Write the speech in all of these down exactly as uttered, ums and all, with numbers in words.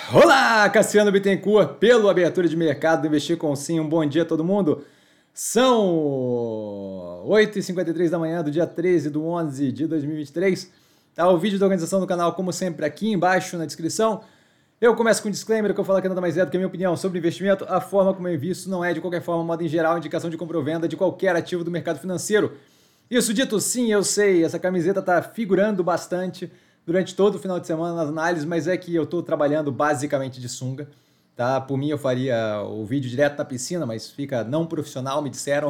Olá, Cassiano Bittencourt, pelo Abertura de Mercado do Investir com Sim. Um bom dia a todo mundo. São oito e cinquenta e três da manhã do dia treze de onze de dois mil e vinte e três. Tá o vídeo da organização do canal, como sempre, aqui embaixo na descrição. Eu começo com um disclaimer que eu falo que nada mais é do que a minha opinião sobre investimento. A forma como eu invisto não é, de qualquer forma, modo em geral, indicação de compra ou venda de qualquer ativo do mercado financeiro. Isso dito, sim, eu sei, essa camiseta tá figurando bastante durante todo o final de semana nas análises, mas é que eu estou trabalhando basicamente de sunga, tá? Por mim eu faria o vídeo direto na piscina, mas fica não profissional, me disseram.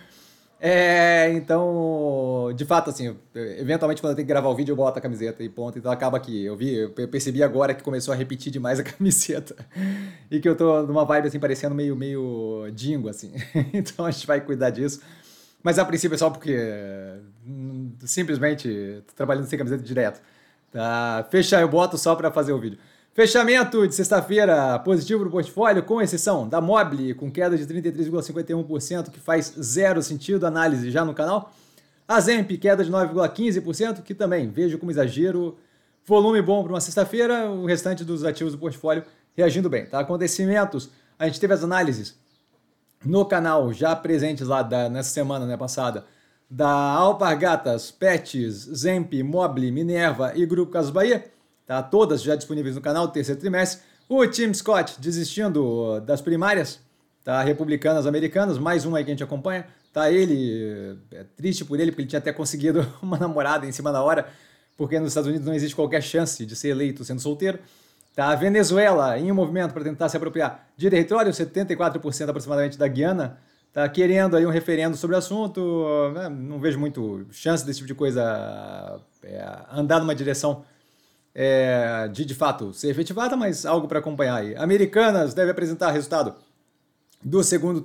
É, então, de fato, assim, eventualmente quando eu tenho que gravar o vídeo eu boto a camiseta e ponto, então acaba que eu vi, eu percebi agora que começou a repetir demais a camiseta e que eu tô numa vibe assim, parecendo meio, meio dingo, assim, então a gente vai cuidar disso. Mas a princípio é só porque hum, simplesmente tô trabalhando sem camiseta direto. Tá, fechar, eu boto só para fazer o vídeo. Fechamento de sexta-feira positivo para o portfólio, com exceção da Mobile, com queda de trinta e três vírgula cinquenta e um por cento, que faz zero sentido, análise já no canal. A Zemp, queda de nove vírgula quinze por cento, que também vejo como exagero. Volume bom para uma sexta-feira, o restante dos ativos do portfólio reagindo bem. Tá? Acontecimentos, a gente teve as análises no canal já presentes lá da, nessa semana, né, passada, da Alpargatas, Pets, Zemp, Mobile, Minerva e Grupo Casas Bahia, tá? Todas já disponíveis no canal do terceiro trimestre. O Tim Scott desistindo das primárias, tá? Republicanas, americanas, mais um aí que a gente acompanha, tá? Ele, é triste por ele, porque ele tinha até conseguido uma namorada em cima da hora, porque nos Estados Unidos não existe qualquer chance de ser eleito sendo solteiro. Tá? A Venezuela em um movimento para tentar se apropriar de território, setenta e quatro por cento aproximadamente da Guiana, tá querendo aí um referendo sobre o assunto, né? Não vejo muito chance desse tipo de coisa é, andar numa direção é, de, de fato, ser efetivada, mas algo para acompanhar aí. Americanas deve apresentar resultado do segundo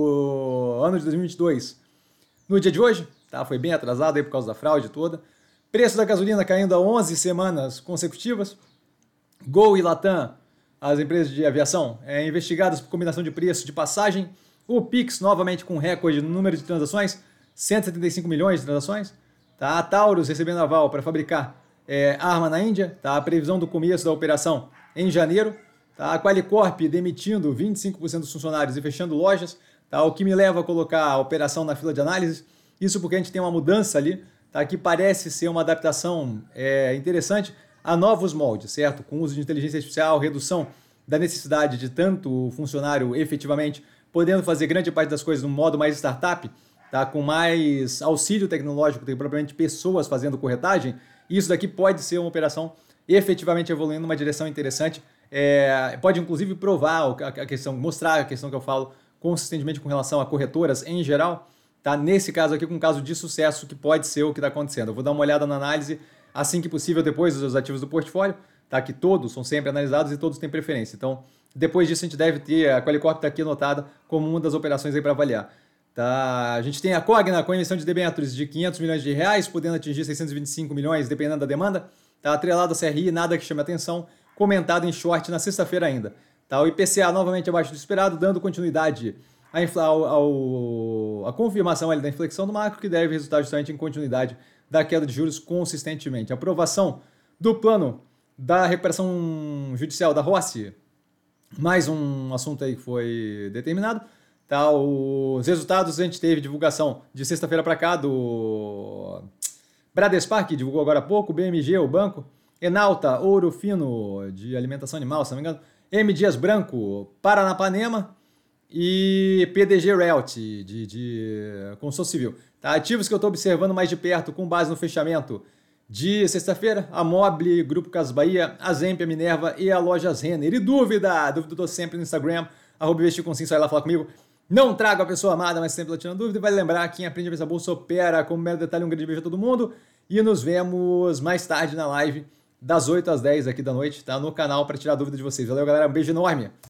do ano de dois mil e vinte e dois no dia de hoje, tá? Foi bem atrasado aí por causa da fraude toda. Preço da gasolina caindo há onze semanas consecutivas. Gol e Latam, as empresas de aviação, é, investigadas por combinação de preço de passagem. O Pix, novamente com recorde no número de transações, cento e setenta e cinco milhões de transações. Tá? A Taurus recebendo aval para fabricar é, arma na Índia. Tá? A previsão do começo da operação em janeiro. Tá? A Qualicorp demitindo vinte e cinco por cento dos funcionários e fechando lojas. Tá? O que me leva a colocar a operação na fila de análise. Isso porque a gente tem uma mudança ali, tá? Que parece ser uma adaptação é, interessante a novos moldes, certo? Com uso de inteligência artificial, redução da necessidade de tanto funcionário efetivamente podendo fazer grande parte das coisas no modo mais startup, tá? Com mais auxílio tecnológico, tem propriamente pessoas fazendo corretagem. Isso daqui pode ser uma operação efetivamente evoluindo numa direção interessante. É, pode inclusive provar a questão, mostrar a questão que eu falo consistentemente com relação a corretoras em geral. Tá? Nesse caso aqui, com um caso de sucesso que pode ser o que está acontecendo. Eu vou dar uma olhada na análise assim que possível depois dos ativos do portfólio, tá? Que todos são sempre analisados e todos têm preferência. Então, depois disso a gente deve ter, a Qualicorp está aqui anotada como uma das operações aí para avaliar. Tá? A gente tem a Cogna com emissão de debêntures de quinhentos milhões de reais, podendo atingir seiscentos e vinte e cinco milhões, dependendo da demanda. Tá? Atrelado a C R I, nada que chame atenção, comentado em short na sexta-feira ainda. Tá? O I P C A novamente abaixo do esperado, dando continuidade à, ao, ao, à confirmação ali da inflexão do macro, que deve resultar justamente em continuidade da queda de juros consistentemente. A aprovação do plano da recuperação judicial da Rossi, mais um assunto aí que foi determinado. Tá? Os resultados, a gente teve divulgação de sexta-feira para cá do Bradespark, divulgou agora há pouco, B M G, o banco, Enalta, Ouro Fino, de alimentação animal, se não me engano, M. Dias Branco, Paranapanema e P D G Realty, de, de construção civil. Tá? Ativos que eu estou observando mais de perto, com base no fechamento de sexta-feira: a Mobile, Grupo Casas Bahia, a Zemp, a Minerva e a Lojas Renner. E dúvida? Dúvida eu tô sempre no Instagram, arroba investir com sim, só ir lá falar comigo. Não trago a pessoa amada, mas sempre lá tirando dúvida. E vai lembrar, quem aprende a ver a bolsa opera. Como mero detalhe, um grande beijo a todo mundo. E nos vemos mais tarde na live, das oito às dez aqui da noite, tá? No canal, para tirar dúvida de vocês. Valeu, galera. Um beijo enorme.